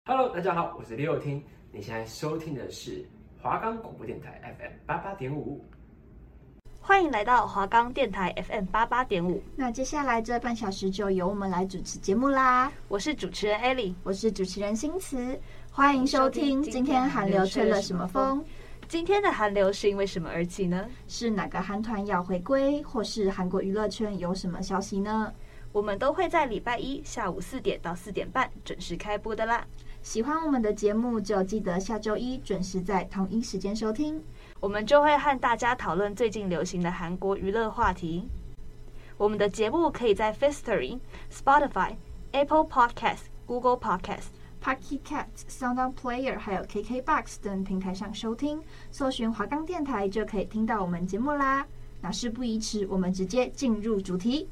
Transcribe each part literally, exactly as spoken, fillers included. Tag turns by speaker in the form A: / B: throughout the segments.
A: Hello， 大家好，我是李友听，你现在收听的是华冈广播电台 F M 八八点五。
B: 欢迎来到华冈电台 F M 八八点五。
C: 那接下来这半小时就由我们来主持节目啦。
B: 我是主持人 Ellie，
C: 我是主持人新慈，欢迎收听。今天韩流吹了什么风？
B: 今天的韩流是因为什么而起呢？
C: 是哪个韩团要回归，或是韩国娱乐圈有什么消息呢？
B: 我们都会在礼拜一下午四点到四点半准时开播的啦。
C: 喜欢我们的节目，就记得下周一准时在同一时间收听。
B: 我们就会和大家讨论最近流行的韩国娱乐话题。我们的节目可以在 Firstory、Spotify、Apple Podcast、Google
C: Podcast、Pocket Cast、SoundOn Player 还有 K K Box 等平台上收听，搜寻华冈电台就可以听到我们节目啦。那事不宜迟，我们直接进入主题。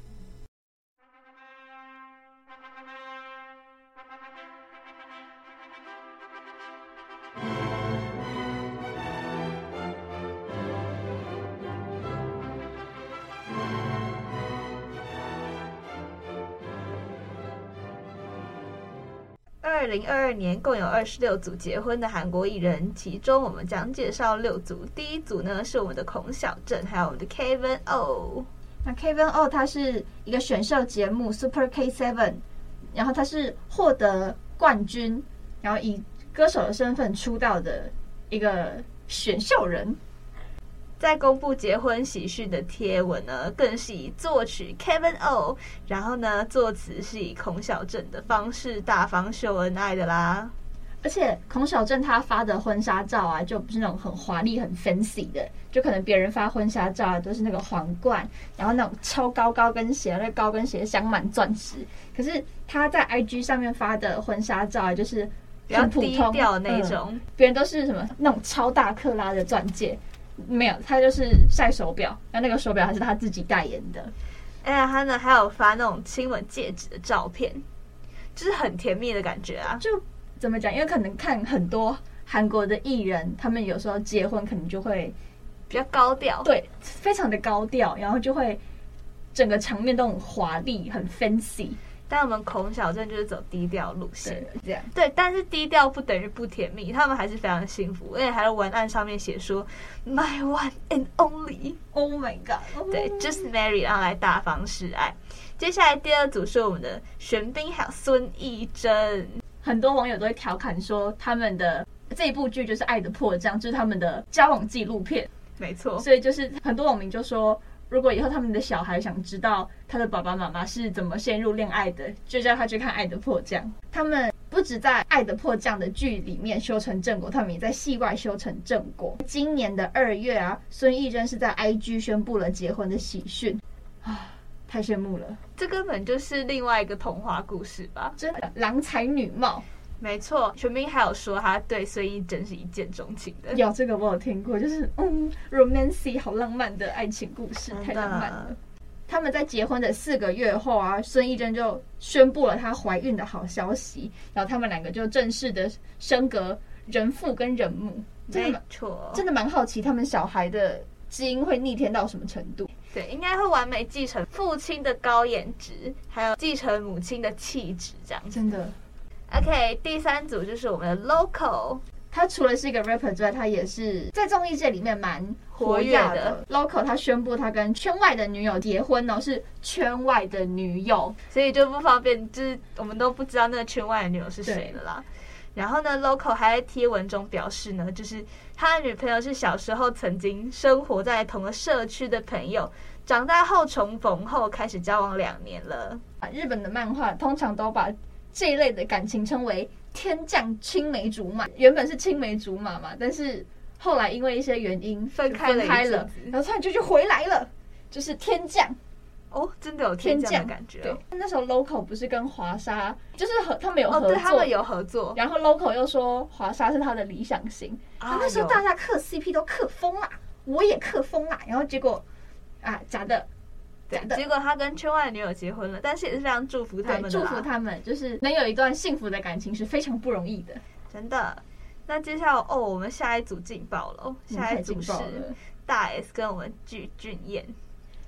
B: 二零二二年共有二十六组结婚的韩国艺人，其中我们将介绍六组。第一组呢是我们的孔晓振，还有我们的 Kevin O。
C: 那 Kevin O 他是一个选秀节目 Super K 七， 然后他是获得冠军，然后以歌手的身份出道的一个选秀人。
B: 在公布结婚喜讯的贴文呢，更是以作曲 Kevin O， 然后呢作词是以孔晓振的方式大方秀恩爱的啦。
C: 而且孔晓振他发的婚纱照啊，就不是那种很华丽很 fancy 的，就可能别人发婚纱照啊都是那个皇冠，然后那种超高高跟鞋，那高跟鞋镶满钻石。可是他在 I G 上面发的婚纱照啊，就是很普通
B: 比较低调那种，
C: 别、嗯、人都是什么那种超大克拉的钻戒。没有，他就是晒手表，那那个手表还是他自己代言的。
B: 哎呀，他呢还有发那种亲吻戒指的照片，就是很甜蜜的感觉啊。
C: 就怎么讲？因为可能看很多韩国的艺人，他们有时候结婚可能就会
B: 比较高调，
C: 对，非常的高调，然后就会整个场面都很华丽、很 fancy。
B: 但我们孔晓振就是走低调路线，
C: 这样
B: 对，但是低调不等于不甜蜜，他们还是非常幸福，而且还在文案上面写说 My one and only
C: Oh my god，
B: 对 Just marry， 然后来大方示爱。接下来第二组是我们的玄彬还有孙艺珍，
C: 很多网友都会调侃说他们的这一部剧就是《爱的迫降》，就是他们的交往纪录片，
B: 没错，
C: 所以就是很多网民就说，如果以后他们的小孩想知道他的爸爸妈妈是怎么陷入恋爱的，就叫他去看《爱的迫降》。他们不止在《爱的迫降》的剧里面修成正果，他们也在戏外修成正果。今年的二月啊，孙艺珍是在 I G 宣布了结婚的喜讯啊，太羡慕了！
B: 这根本就是另外一个童话故事吧？
C: 真的郎才女貌。
B: 没错，玄彬还有说他对孙艺珍是一见钟情的。
C: 有这个我有听过，就是嗯 ，romancy 好浪漫的爱情故事，太浪漫了。他们在结婚的四个月后啊，孙艺珍就宣布了她怀孕的好消息，然后他们两个就正式的升格人父跟人母。
B: 没错，
C: 真的蛮好奇他们小孩的基因会逆天到什么程度。
B: 对，应该会完美继承父亲的高颜值，还有继承母亲的气质，这样子。
C: 真的。
B: OK， 第三组就是我们的 Loco，
C: 他除了是一个 rapper 之外，他也是在综艺界里面蛮活跃的。Loco 他宣布他跟圈外的女友结婚哦，是圈外的女友，
B: 所以就不方便，就是我们都不知道那个圈外的女友是谁了啦。然后呢 ，Loco 还在贴文中表示呢，就是他的女朋友是小时候曾经生活在同个社区的朋友，长大后重逢后开始交往两年了。
C: 日本的漫画通常都把这一类的感情称为天降青梅竹马，原本是青梅竹马嘛，但是后来因为一些原因
B: 分开 了,
C: 分开了，然后突然就就回来了，就是天降。
B: 哦，真的有天降的感觉、哦。
C: 对，那时候 Loco 不是跟华莎，就是和他们有合作，
B: 哦、对他们有合作。
C: 然后 Loco 又说华莎是他的理想型，啊、那时候大家嗑 C P 都嗑疯了，我也嗑疯了，然后结果啊假的。
B: 对，结果他跟圈外的女友结婚了，但是也是非常祝福他们的啦，
C: 祝福他们，就是能有一段幸福的感情是非常不容易的，
B: 真的。那接下来哦，我们下一组劲爆了，下一组是大 S 跟我们具俊彦。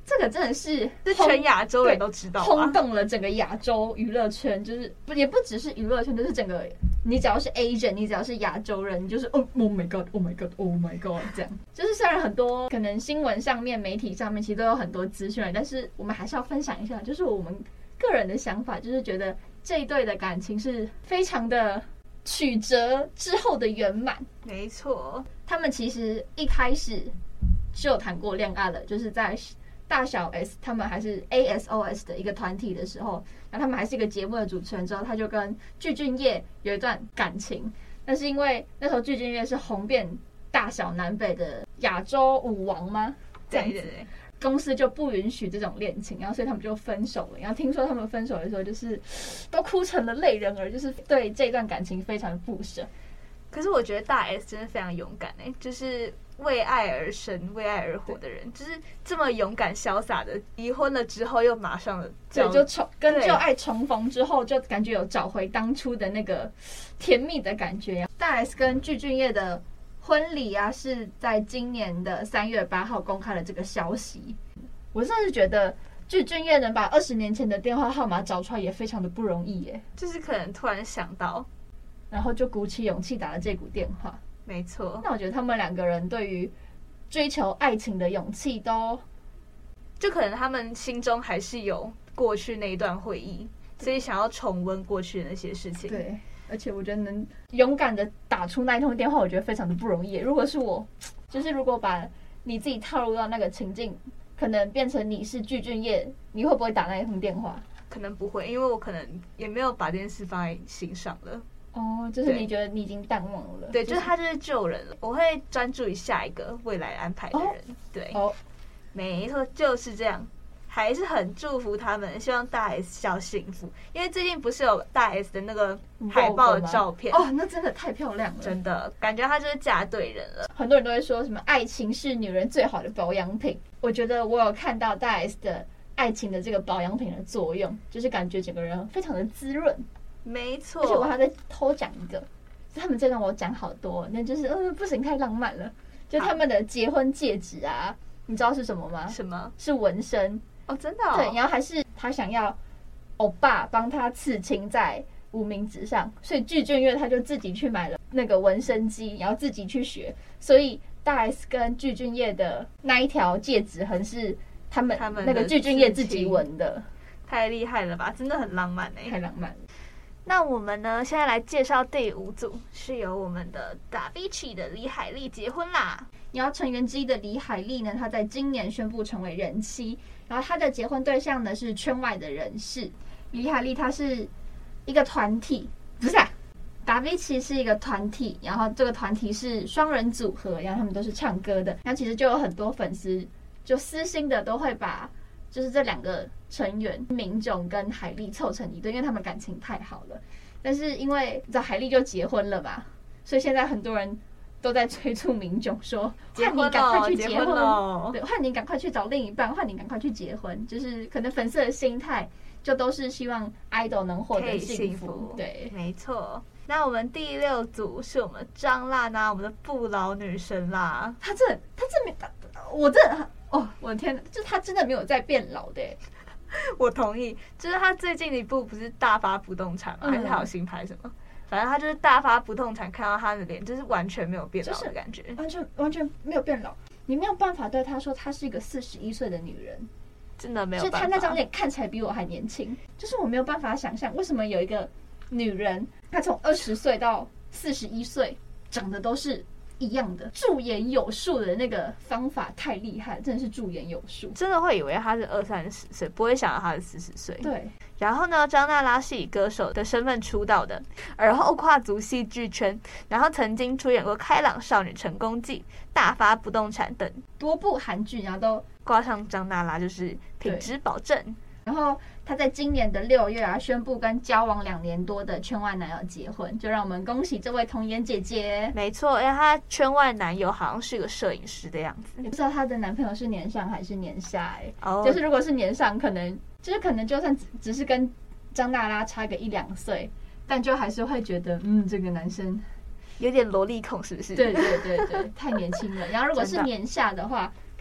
C: 这个真的是
B: 这全亚洲人都知道、啊，
C: 轰动了整个亚洲娱乐圈，就是也不只是娱乐圈，就是整个你只要是 Asian， 你只要是亚洲人，你就是哦 ，Oh my God，Oh my God，Oh my God， 这样。就是虽然很多可能新闻上面、媒体上面其实都有很多资讯，但是我们还是要分享一下，就是我们个人的想法，就是觉得这一对的感情是非常的曲折之后的圆满。
B: 没错，
C: 他们其实一开始就有谈过恋爱了，就是在大小 S 他们还是 A S O S 的一个团体的时候，然后他们还是一个节目的主持人之后，他就跟具俊晔有一段感情。但是因为那时候具俊晔是红遍大小南北的亚洲舞王吗？这样子，
B: 对对对，
C: 公司就不允许这种恋情，然后所以他们就分手了。然后听说他们分手的时候，就是都哭成了泪人儿，就是对这段感情非常的不舍。
B: 可是我觉得大 S 真的非常勇敢哎、欸，就是为爱而生、为爱而活的人，就是这么勇敢潇洒的，离婚了之后又马上的
C: 对，就重跟旧爱重逢之后，就感觉有找回当初的那个甜蜜的感觉。大 S 跟具俊晔的婚礼啊，是在今年的三月八号公开了这个消息。我真的是觉得具俊晔能把二十年前的电话号码找出来，也非常的不容易耶。
B: 就是可能突然想到。
C: 然后就鼓起勇气打了这股电话。
B: 没错，
C: 那我觉得他们两个人对于追求爱情的勇气都，
B: 就可能他们心中还是有过去那一段回忆，所以想要重温过去的那些事情。
C: 对，而且我觉得能勇敢的打出那一通电话，我觉得非常的不容易。如果是我，就是如果把你自己套入到那个情境，可能变成你是具俊晔，你会不会打那一通电话？
B: 可能不会，因为我可能也没有把这件事放在心上了。
C: 哦，就是你觉得你已经淡忘了。
B: 对，就是他就是救人了。我会专注于下一个未来安排的人。哦、对，
C: 哦，
B: 没错，就是这样。还是很祝福他们，希望大 S 要幸福。因为最近不是有大 S 的那个海报的照片
C: 哦，那真的太漂亮了，
B: 真的感觉她就是嫁对人了。
C: 很多人都会说什么爱情是女人最好的保养品，我觉得我有看到大 S 的爱情的这个保养品的作用，就是感觉整个人非常的滋润。
B: 没错，
C: 而且我还在偷讲一个，他们这让我讲好多，那就是呃不行，太浪漫了。就他们的结婚戒指啊，你知道是什么吗？
B: 什么？
C: 是纹身
B: 哦，真的、哦？
C: 对，然后还是他想要欧巴帮他刺青在无名指上，所以具俊晔他就自己去买了那个纹身机，然后自己去学。所以大 S 跟具俊晔的那一条戒指痕是他们
B: 他们
C: 那个具俊晔自己纹的，
B: 太厉害了吧！真的很浪漫哎、欸，
C: 太浪漫了。
B: 那我们呢？现在来介绍第五组，是由我们的达比奇的李海莉结婚啦。
C: 然后成员之一的李海莉呢，她在今年宣布成为人妻。然后她的结婚对象呢是圈外的人士。李海莉她是一个团体，不是啊，达比奇是一个团体。然后这个团体是双人组合，然后他们都是唱歌的。然后其实就有很多粉丝就私心的都会把就是这两个成员明炯跟海莉凑成一对，因为他们感情太好了。但是因为你知道海莉就结婚了嘛，所以现在很多人都在催促明炯说，换你赶快去结婚，对，换你赶快去找另一半，换你赶快去结婚。就是可能粉丝的心态就都是希望 idol 能获得幸福，对，
B: 没错。那我们第六组是我们张娜娜，我们的不老女神啦。
C: 她这她这没，我这哦，我的天哪，就是她真的没有在变老的耶。
B: 我同意，就是他最近一部不是大发不动产吗？
C: 嗯、
B: 还是还有新拍什么？反正他就是大发不动产，看到他的脸就是完全没有变老的感觉，
C: 就是、完全完全没有变老。你没有办法对他说她是一个四十一岁的女人，
B: 真的没有办法。
C: 就是她那张脸看起来比我还年轻，就是我没有办法想象为什么有一个女人，她从二十岁到四十一岁长得都是一样的，驻颜有术的那个方法太厉害，真的是驻颜有术，
B: 真的会以为他是二三十岁，不会想到他是四十岁。
C: 对。
B: 然后呢，张娜拉是以歌手的身份出道的，而后跨足戏剧圈，然后曾经出演过《开朗少女成功记》《大发不动产》等
C: 多部韩剧，然后都
B: 挂上张娜拉就是品质保证。
C: 然后他在今年的六月啊，宣布跟交往两年多的圈外男友结婚，就让我们恭喜这位童颜姐姐。
B: 没错，因为她圈外男友好像是个摄影师的样子，
C: 也不知道她的男朋友是年上还是年下哎、欸。
B: 哦，
C: 就是如果是年上，可能就是可能就算只只是跟张娜拉差个一两岁，但就还是会觉得，嗯，这个男生
B: 有点萝莉控，是不是？
C: 对对对对，太年轻了。然后如果是年下的话，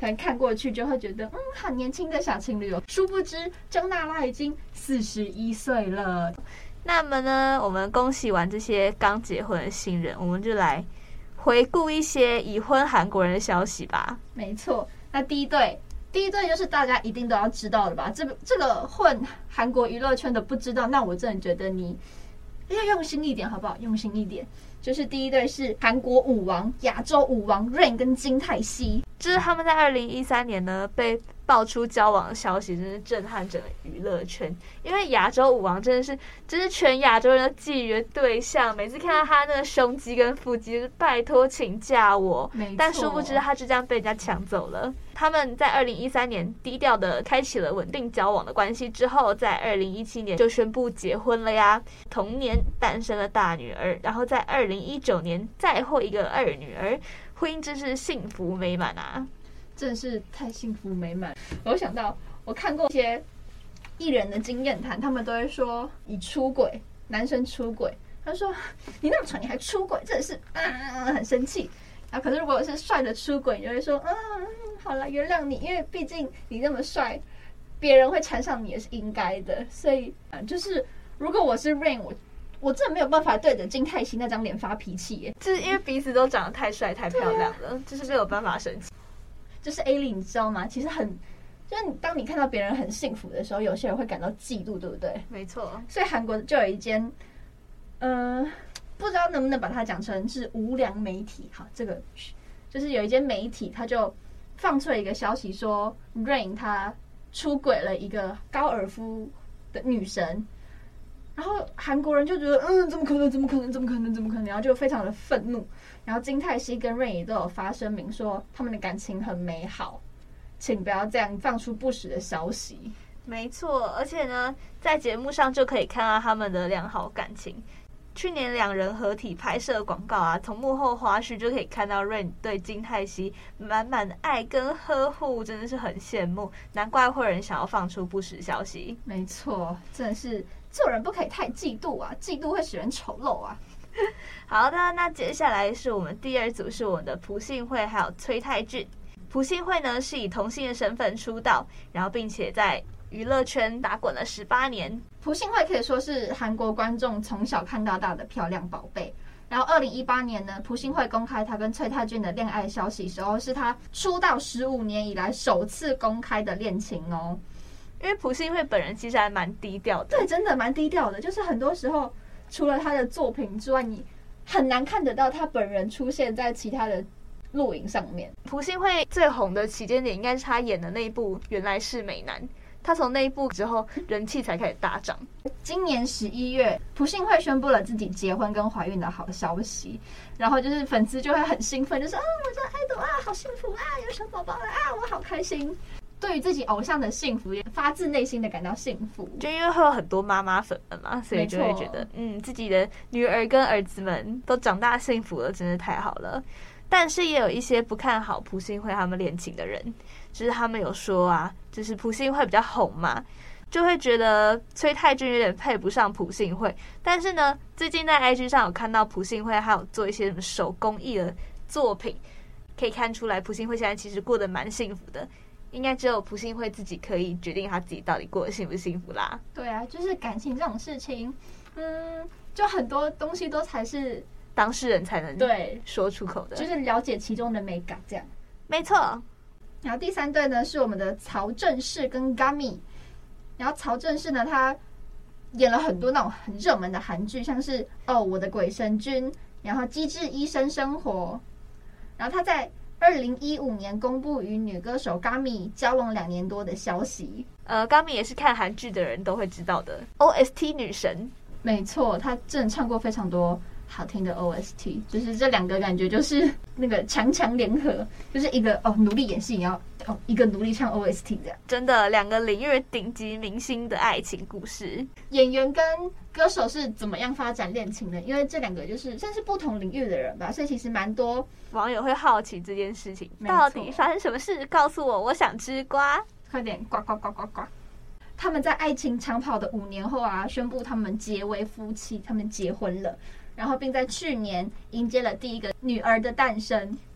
C: 可能看过去就会觉得嗯很年轻的小情侣哦，殊不知张娜拉已经四十一岁了。
B: 那么呢，我们恭喜完这些刚结婚的新人，我们就来回顾一些已婚韩国人的消息吧。
C: 没错，那第一对，第一对就是大家一定都要知道的吧？这个这个混韩国娱乐圈的不知道，那我真的觉得你要用心一点，好不好？用心一点。就是第一对是韩国舞王、亚洲舞王 Rain 跟金泰熙，
B: 就是他们在二零一三年呢被爆出交往的消息，真是震撼整个娱乐圈。因为亚洲舞王真的是，真是全亚洲人的觊觎的对象。每次看到他那个胸肌跟腹肌，就是拜托请嫁我。但殊不知他就这样被人家抢走了。他们在二零一三年低调的开启了稳定交往的关系之后，在二零一七年就宣布结婚了呀。同年诞生了大女儿，然后在二零一九年再获一个二女儿，婚姻真是幸福美满啊！
C: 真的是太幸福美满。我有想到，我看过一些艺人的经验谈，他们都会说以出轨，男生出轨，他说你那么丑你还出轨，真的是啊很生气。啊，可是如果是帅的出轨，你就会说嗯好了原谅你，因为毕竟你那么帅，别人会缠上你也是应该的。所以啊，就是如果我是 Rain， 我我真的没有办法对着金泰熙那张脸发脾气耶，
B: 就是因为彼此都长得太帅太漂亮了，就是没有办法生气。
C: 就是 A 莉，你知道吗？其实很，就是你当你看到别人很幸福的时候，有些人会感到嫉妒，对不对？
B: 没错。
C: 所以韩国就有一间，嗯、呃，不知道能不能把它讲成是无良媒体。好，这个就是有一间媒体，他就放出了一个消息说 ，Rain 他出轨了一个高尔夫的女神。然后韩国人就觉得，嗯，怎么可能？怎么可能？怎么可能？怎么可能？然后就非常的愤怒。然后金泰熙跟 Rain 也都有发声明说，他们的感情很美好，请不要这样放出不实的消息。
B: 没错，而且呢，在节目上就可以看到他们的良好感情。去年两人合体拍摄广告啊，从幕后花絮就可以看到 Rain 对金泰熙满满的爱跟呵护，真的是很羡慕。难怪会有人想要放出不实消息。
C: 没错，真的是做人不可以太嫉妒啊，嫉妒会使人丑陋啊。
B: 好的，那接下来是我们第二组，是我们的朴信惠还有崔泰俊。朴信惠呢是以同性的身份出道，然后并且在娱乐圈打滚了十八年。
C: 朴信惠可以说是韩国观众从小看到大的漂亮宝贝。然后二零一八年呢，朴信惠公开她跟崔泰俊的恋爱消息时候，是她出道十五年以来首次公开的恋情哦。
B: 因为朴信惠本人其实还蛮低调的，
C: 对，真的蛮低调的。就是很多时候，除了她的作品之外，你很难看得到她本人出现在其他的录影上面。
B: 朴信惠最红的期间点应该是她演的那一部《原来是美男》。他从那一部之后，人气才开始大涨。
C: 今年十一月，朴信惠宣布了自己结婚跟怀孕的好消息，然后就是粉丝就会很兴奋，就是啊，我的爱豆啊，好幸福啊，有小宝宝了啊，我好开心。对于自己偶像的幸福，也发自内心的感到幸福。
B: 就因为会有很多妈妈粉们嘛，所以就会觉得，嗯，自己的女儿跟儿子们都长大幸福了，真是太好了。但是也有一些不看好朴信惠他们恋情的人，就是他们有说啊，就是朴信惠比较红嘛，就会觉得崔泰俊有点配不上朴信惠。但是呢，最近在 I G 上有看到朴信惠还有做一些什么手工艺的作品，可以看出来朴信惠现在其实过得蛮幸福的。应该只有朴信惠自己可以决定他自己到底过得幸不幸福啦。
C: 对啊，就是感情这种事情，嗯，就很多东西都才是
B: 当事人才能
C: 对
B: 说出口的，
C: 就是了解其中的美感这样。
B: 没错。
C: 然后第三对呢是我们的曹正奭跟 Gami。然后曹正奭呢，他演了很多那种很热门的韩剧，像是哦我的鬼神君，然后机智医生生活。然后他在二零一五年公布与女歌手 Gami 交往两年多的消息。
B: 呃 Gami 也是看韩剧的人都会知道的 O S T 女神。
C: 没错，她真的唱过非常多好听的 O S T， 就是这两个感觉就是那个强强联合，就是一个哦努力演戏，然后哦一个努力唱 O S T 这样。
B: 真的，两个领域顶级明星的爱情故事。
C: 演员跟歌手是怎么样发展恋情的？因为这两个就是算是不同领域的人吧，所以其实蛮多
B: 网友会好奇这件事情到底发生什么事，告诉我，我想吃瓜，
C: 快点呱呱呱呱呱！他们在爱情长跑的五年后啊，宣布他们结为夫妻，他们结婚了。然后并在去年迎接了第一个女儿的诞生。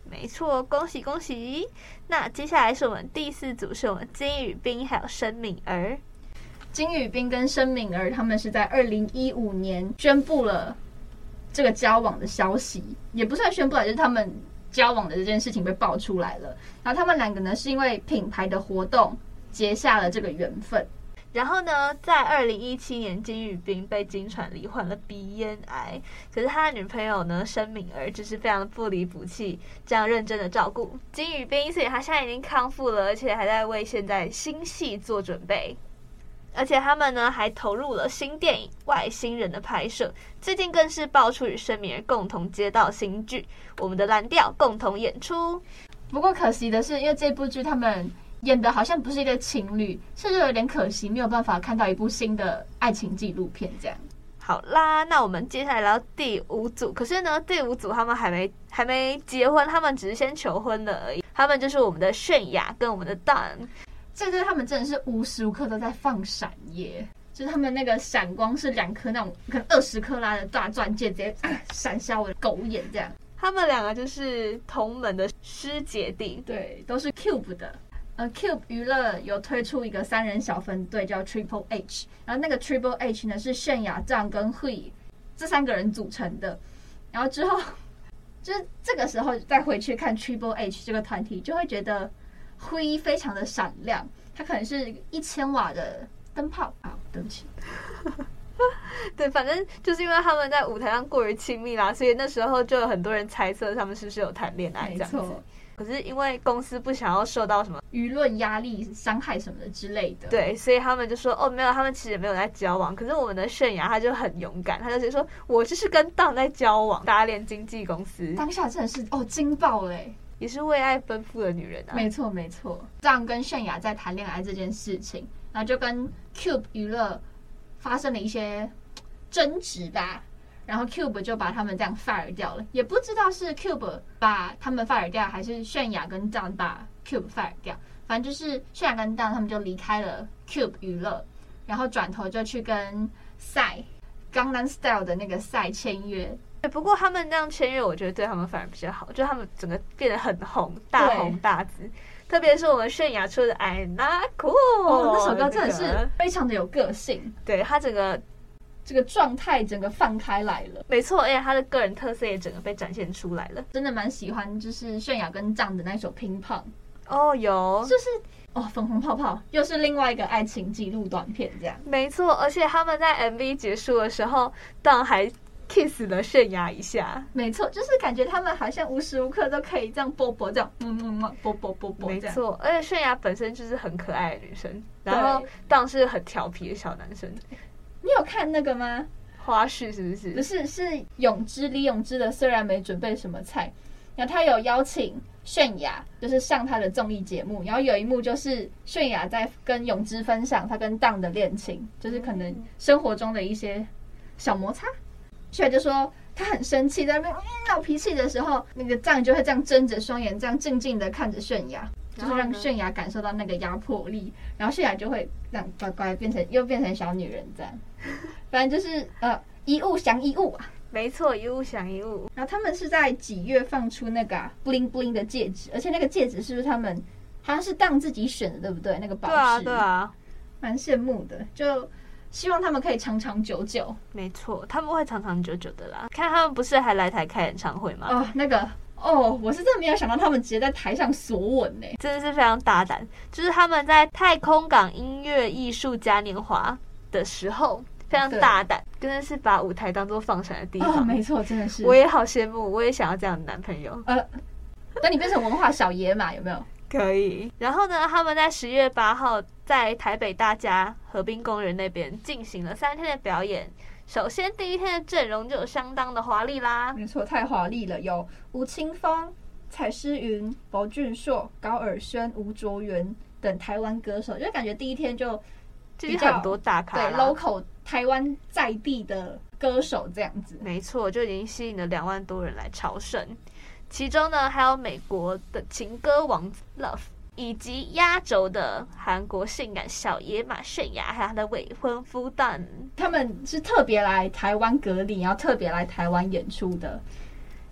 B: 没错，恭喜恭喜！那接下来是我们第四组，是我们金宇彬还有申敏儿。
C: 金宇彬跟申敏儿他们是在二零一五年宣布了这个交往的消息，也不算宣布了，就是他们交往的这件事情被爆出来了。然后他们两个呢是因为品牌的活动结下了这个缘分。
B: 然后呢，在二零一七年，金宇彬被经传罹患了鼻咽癌，可是他的女朋友呢，申敏儿就是非常的不离不弃，这样认真的照顾金宇彬，所以他现在已经康复了，而且还在为现在新戏做准备。而且他们呢还投入了新电影《外星人》的拍摄，最近更是爆出与申敏儿共同接到新剧《我们的蓝调》共同演出。
C: 不过可惜的是，因为这部剧他们演的好像不是一对情侣，甚至有点可惜，没有办法看到一部新的爱情纪录片这样。
B: 好啦，那我们接下来来到第五组，可是呢，第五组他们还没还没结婚，他们只是先求婚了而已。他们就是我们的泫雅跟我们的 Dawn。
C: 这对他们真的是无时无刻都在放闪耶，就是他们那个闪光是两颗那种可能二十克拉的大钻戒，直接、呃、闪瞎我的狗眼这样。
B: 他们两个就是同门的师姐弟，
C: 对，都是 Cube 的。呃 ，Cube 娱乐有推出一个三人小分队叫 Triple H， 然后那个 Triple H 呢是泫雅、Dawn跟 Hui 这三个人组成的。然后之后就是这个时候再回去看 Triple H 这个团体，就会觉得Hui非常的闪亮，它可能是一千瓦的灯泡啊，对不起。
B: 对，反正就是因为他们在舞台上过于亲密啦，所以那时候就有很多人猜测他们是不是有谈恋爱这样子。可是因为公司不想要受到什么
C: 舆论压力、伤害什么的之类的，
B: 对，所以他们就说哦，没有，他们其实也没有在交往。可是我们的泫雅他就很勇敢，他就直接说我就是跟Dawn在交往，打脸经纪公司。
C: 当下真的是哦惊爆嘞，
B: 也是为爱奔赴的女人啊。
C: 没错没错，Dawn跟泫雅在谈恋爱这件事情，然后就跟 Cube 娱乐发生了一些争执吧。然后 Cube 就把他们这样 fire 掉了，也不知道是 Cube 把他们 fire 掉，还是泫雅跟Dawn把 Cube fire 掉。反正就是泫雅跟Dawn他们就离开了 Cube 娱乐，然后转头就去跟赛 Gangnam Style 的那个赛签约。
B: 不过他们那样签约，我觉得对他们反而比较好，就他们整个变得很红，大红大紫。特别是我们泫雅出的《I Not Cool》，
C: 哦，那首歌真的是非常的有个性，
B: 对他整个。
C: 这个状态整个放开来了，
B: 没错，而且他的个人特色也整个被展现出来了。
C: 真的蛮喜欢，就是泫雅跟Dawn的那首《乒乓》
B: 哦，有，
C: 就是哦，粉红泡泡又是另外一个爱情纪录短片，这样
B: 没错。而且他们在 M V 结束的时候，Dawn还 kiss 了泫雅一下，
C: 没错，就是感觉他们好像无时无刻都可以这样啵啵这样，嗯嗯嗯，啵啵啵啵，
B: 没错。而且泫雅本身就是很可爱的女生，然后Dawn是很调皮的小男生。
C: 你有看那个吗？
B: 花絮是不是？
C: 不是，是永之李永之的。虽然没准备什么菜，然后他有邀请泫雅，就是上他的综艺节目。然后有一幕就是泫雅在跟永之分享他跟Dawn的恋情，就是可能生活中的一些小摩擦。泫雅就说他很生气，在那边闹脾气的时候，那个Dawn就会这样睁着双眼，这样静静的看着泫雅，就是让泫雅感受到那个压迫力。然后泫雅就会这样乖乖变成又变成小女人这样。反正就是呃一物降一物啊，
B: 没错，一物降一物。
C: 然后他们是在几月放出那个、啊、bling bling 的戒指，而且那个戒指是不是他们好像是Dawn自己选的，对不对？那个宝石，
B: 对啊，对啊，
C: 蛮羡慕的，就希望他们可以长长久久。
B: 没错，他们会长长久久的啦。看他们不是还来台开演唱会吗？
C: 哦，那个。哦，我是真的没有想到他们直接在台上索吻呢，
B: 真的是非常大胆。就是他们在太空港音乐艺术嘉年华的时候，非常大胆，真的是把舞台当作放闪的地方。
C: 哦，没错，真的是。
B: 我也好羡慕，我也想要这样的男朋友。
C: 呃，等你变成文化小野马有没有？
B: 可以。然后呢，他们在十月八号在台北大家河滨公园那边进行了三天的表演。首先第一天的阵容就有相当的华丽啦，
C: 没错，太华丽了，有吴青峰、蔡诗芸、娄俊硕、高尔宣、吴卓源等台湾歌手，就感觉第一天就
B: 就是很多大咖啦，
C: 对 local 台湾在地的歌手这样子，
B: 没错，就已经吸引了两万多人来朝圣。其中呢，还有美国的情歌王 Love， 以及压轴的韩国性感小野马泫雅，还有他的未婚夫Dawn，
C: 他们是特别来台湾隔离，然后特别来台湾演出的。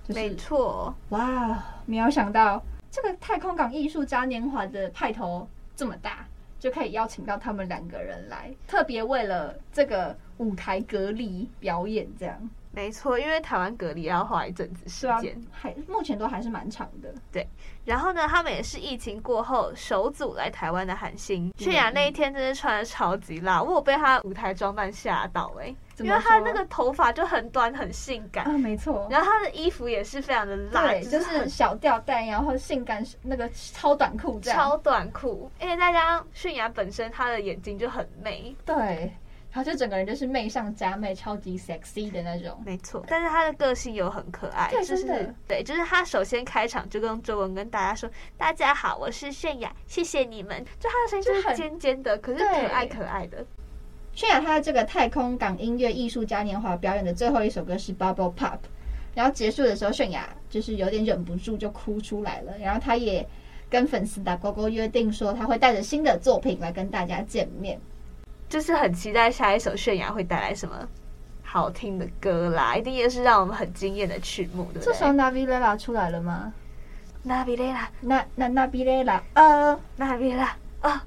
C: 就是
B: 没错，
C: 哇，没有想到这个太空港艺术嘉年华的派头这么大，就可以邀请到他们两个人来，特别为了这个舞台隔离表演这样。
B: 没错，因为台湾隔离要花一阵子时间，
C: 啊、还目前都还是蛮长的。
B: 对，然后呢，他们也是疫情过后首组来台湾的韩星。泫雅那一天真的穿的超级辣，我有被她舞台装扮吓到哎、欸，因为她那个头发就很短很性感
C: 啊，没错。
B: 然后她的衣服也是非常的辣，
C: 对，就是小吊带，然后性感那个超短裤这样，
B: 超短裤，因为再加上泫雅本身她的眼睛就很媚，
C: 对。他就整个人就是媚上加媚，超级 sexy 的那种。
B: 没错，但是他的个性又很可爱，
C: 对，
B: 就是
C: 真的
B: 对，就是他首先开场就用中文跟大家说：“大家好，我是泫雅，谢谢你们。”就他的声音就是尖尖的，可是可爱可爱的。
C: 泫雅她的这个太空港音乐艺术嘉年华表演的最后一首歌是 Bubble Pop， 然后结束的时候，泫雅就是有点忍不住就哭出来了，然后她也跟粉丝打勾勾约定说，她会带着新的作品来跟大家见面。
B: 就是很期待下一首泫雅会带来什么好听的歌啦，一定也是让我们很惊艳的曲目，对不对？
C: 这首 Navilela 出来了吗
B: ？Navilela，
C: 那那 Navilela， 呃
B: ，Navilela， 啊，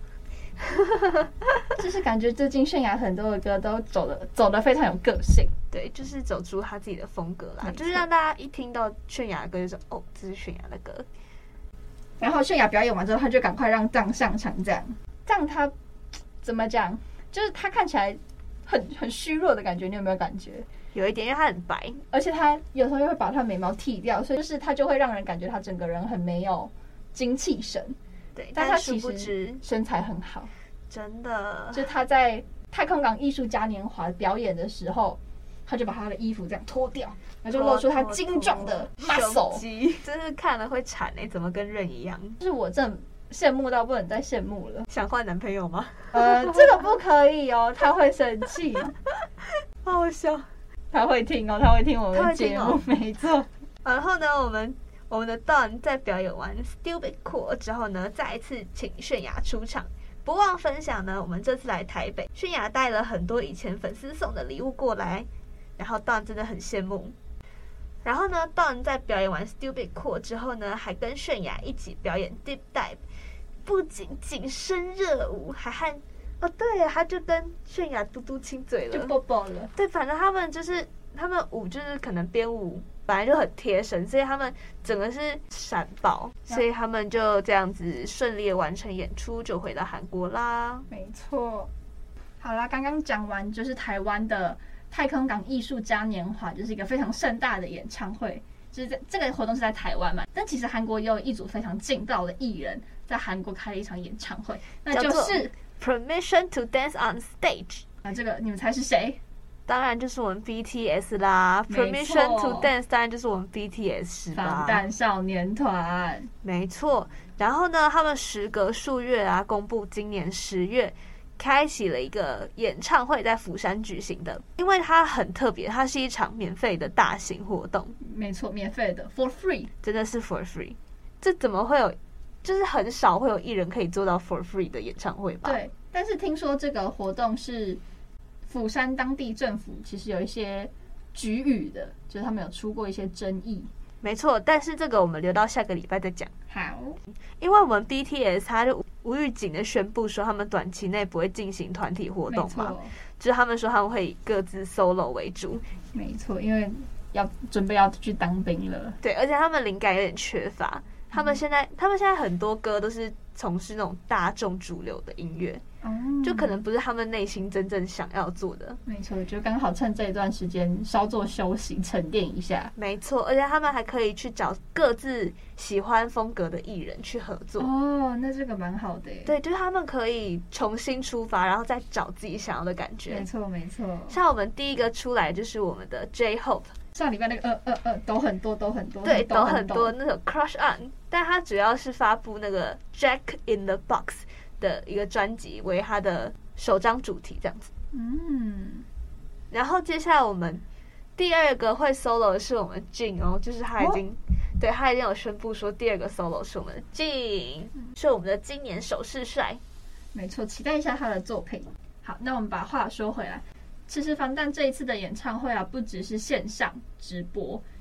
C: 就是感觉最近泫雅很多的歌都走的走的非常有个性，
B: 对，就是走出她自己的风格啦，就是让大家一听到泫雅的歌就说哦，这是泫雅的歌。
C: 然后泫雅表演完之后，他就赶快让藏上场，这样，这样他怎么讲？就是他看起来很很虚弱的感觉，你有没有感觉？
B: 有一点，因为他很白，
C: 而且他有时候又会把他眉毛剃掉，所以就是他就会让人感觉他整个人很没有精气神。
B: 对，
C: 但他
B: 殊不知
C: 身材很好，
B: 真的。
C: 就他在太空港艺术嘉年华表演的时候，他就把他的衣服这样脱掉，然后就露出他精壮的 muscle，
B: 真是看了会馋哎、欸，怎么跟人一样？
C: 就是我正。羡慕到不能再羡慕了。
B: 想换男朋友吗？
C: 呃，这个不可以哦，他会生气。
B: 好好笑，
C: 他会听哦，他会听我们的节目，没错。
B: 然后呢，我们我们的 Dawn 在表演完 Stupid Cool 之后呢，再一次请泫雅出场，不忘分享呢，我们这次来台北，泫雅带了很多以前粉丝送的礼物过来，然后 Dawn 真的很羡慕。然后呢 Dawn 在表演完 Stupid Cool 之后呢，还跟泫雅一起表演 Deep Dive， 不仅紧身热舞，还和哦对，他就跟泫雅嘟嘟亲嘴了，
C: 就抱抱了。
B: 对，反正他们就是他们舞就是可能编舞本来就很贴身，所以他们整个是闪爆，所以他们就这样子顺利完成演出，就回到韩国啦。
C: 没错。好啦，刚刚讲完就是台湾的太空港艺术嘉年华，就是一个非常盛大的演唱会，就是在这个活动是在台湾嘛，但其实韩国也有一组非常劲爆的艺人在韩国开了一场演唱会，那就是
B: Permission to Dance on Stage。
C: 那这个你们猜是谁？
B: 当然就是我们 B T S 啦 ，Permission to Dance 当然就是我们 B T S 吧，
C: 防弹少年团，
B: 没错。然后呢，他们时隔数月啊，公布今年十月。开启了一个演唱会，在釜山举行的，因为它很特别，它是一场免费的大型活动。
C: 没错，免费的 ，for free，
B: 真的是 for free。这怎么会有？就是很少会有艺人可以做到 for free 的演唱会吧？
C: 对，但是听说这个活动是釜山当地政府其实有一些局语的，就是他们有出过一些争议。
B: 没错，但是这个我们留到下个礼拜再讲。
C: 好，
B: 因为我们 B T S 他就无预警的宣布说，他们短期内不会进行团体活动嘛，就是他们说他们会以各自 solo 为主。
C: 没错，因为要准备要去当兵了。
B: 对，而且他们灵感有点缺乏，他们现在、嗯、他们现在很多歌都是从事那种大众主流的音乐。
C: 嗯、
B: 就可能不是他们内心真正想要做的。
C: 没错，就刚好趁这一段时间稍作休息沉淀一下。
B: 没错，而且他们还可以去找各自喜欢风格的艺人去合作。
C: 哦，那这个蛮好的耶。
B: 对，就是他们可以重新出发，然后再找自己想要的感觉。
C: 没错没错。
B: 像我们第一个出来就是我们的 J-Hope，
C: 上礼拜那个呃呃呃都很多都很多，
B: 对，都很多那种 Crush On， 但他主要是发布那个 Jack in the Box 的一个专辑为他的首张主题这样子。
C: 嗯，
B: 然后接下来我们第二个会 solo 的是我们 Jin 哦，就是他已经、哦、对他已经有宣布说第二个 solo 是我们的 Jin、嗯、是我们的今年首饰帅。
C: 没错，期待一下他的作品。好，那我们把话说回来，其实防弹这一次的演唱会啊，不只是线上直播，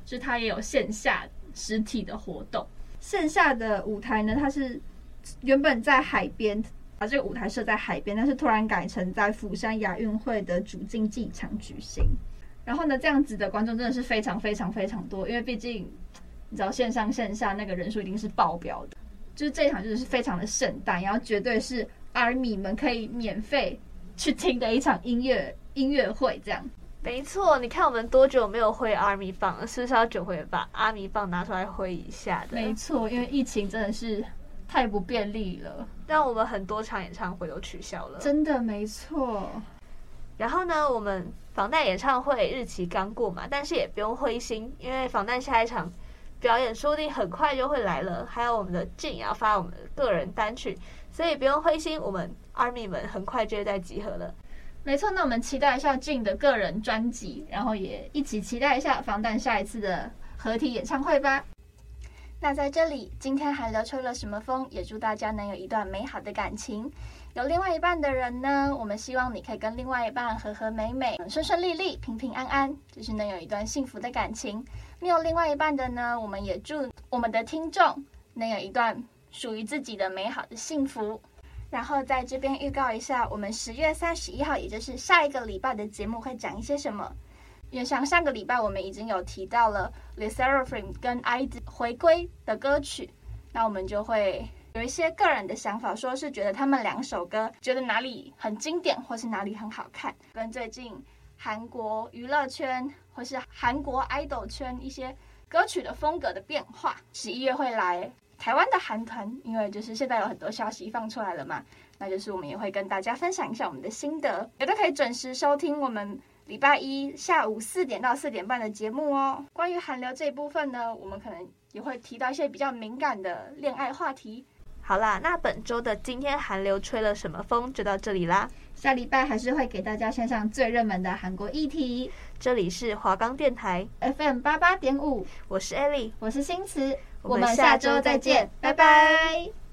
C: 就是它也有线下实体的活动。线下的舞台呢，它是原本在海边，把这个舞台设在海边，但是突然改成在釜山亚运会的主竞技场举行。然后呢，这样子的观众真的是非常非常非常多，因为毕竟你知道线上线下那个人数一定是爆表的。就是这一场就是非常的盛大，然后绝对是 ARMY 们可以免费去听的一场音乐音乐会这样。
B: 没错，你看我们多久没有挥 ARMY 棒了？是不是要久回把 ARMY 棒拿出来挥一下的？
C: 没错，因为疫情真的是太不便利了，
B: 让我们很多场演唱会都取消了。
C: 真的没错。
B: 然后呢，我们防弹演唱会日期刚过嘛，但是也不用灰心，因为防弹下一场表演说不定很快就会来了。还有我们的Jin也要发我们的个人单曲，所以不用灰心，我们 ARMY 们很快就会再集合了。
C: 没错，那我们期待一下Jin的个人专辑，然后也一起期待一下防弹下一次的合体演唱会吧。
D: 那在这里，今天韩流吹了什么风，也祝大家能有一段美好的感情。有另外一半的人呢，我们希望你可以跟另外一半和和美美、顺顺利利、平平安安，就是能有一段幸福的感情。没有另外一半的呢，我们也祝我们的听众能有一段属于自己的美好的幸福。然后在这边预告一下，我们十月三十一号，也就是下一个礼拜的节目会讲一些什么。因为像上个礼拜我们已经有提到了 LE SSERAFIM 跟 I Z 回归的歌曲，那我们就会有一些个人的想法，说是觉得他们两首歌觉得哪里很经典，或是哪里很好看，跟最近韩国娱乐圈或是韩国 idol 圈一些歌曲的风格的变化。十一月会来台湾的韩团，因为就是现在有很多消息放出来了嘛，那就是我们也会跟大家分享一下我们的心得，也都可以准时收听我们礼拜一下午四点到四点半的节目哦。关于韩流这一部分呢，我们可能也会提到一些比较敏感的恋爱话题。
B: 好啦，那本周的今天韩流吹了什么风就到这里啦。
C: 下礼拜还是会给大家献上最热门的韩国议题。
B: 这里是华冈电台
C: F M 八八点五，
B: 我是 Ellie，
C: 我是新慈，
B: 我们下周再见，拜拜。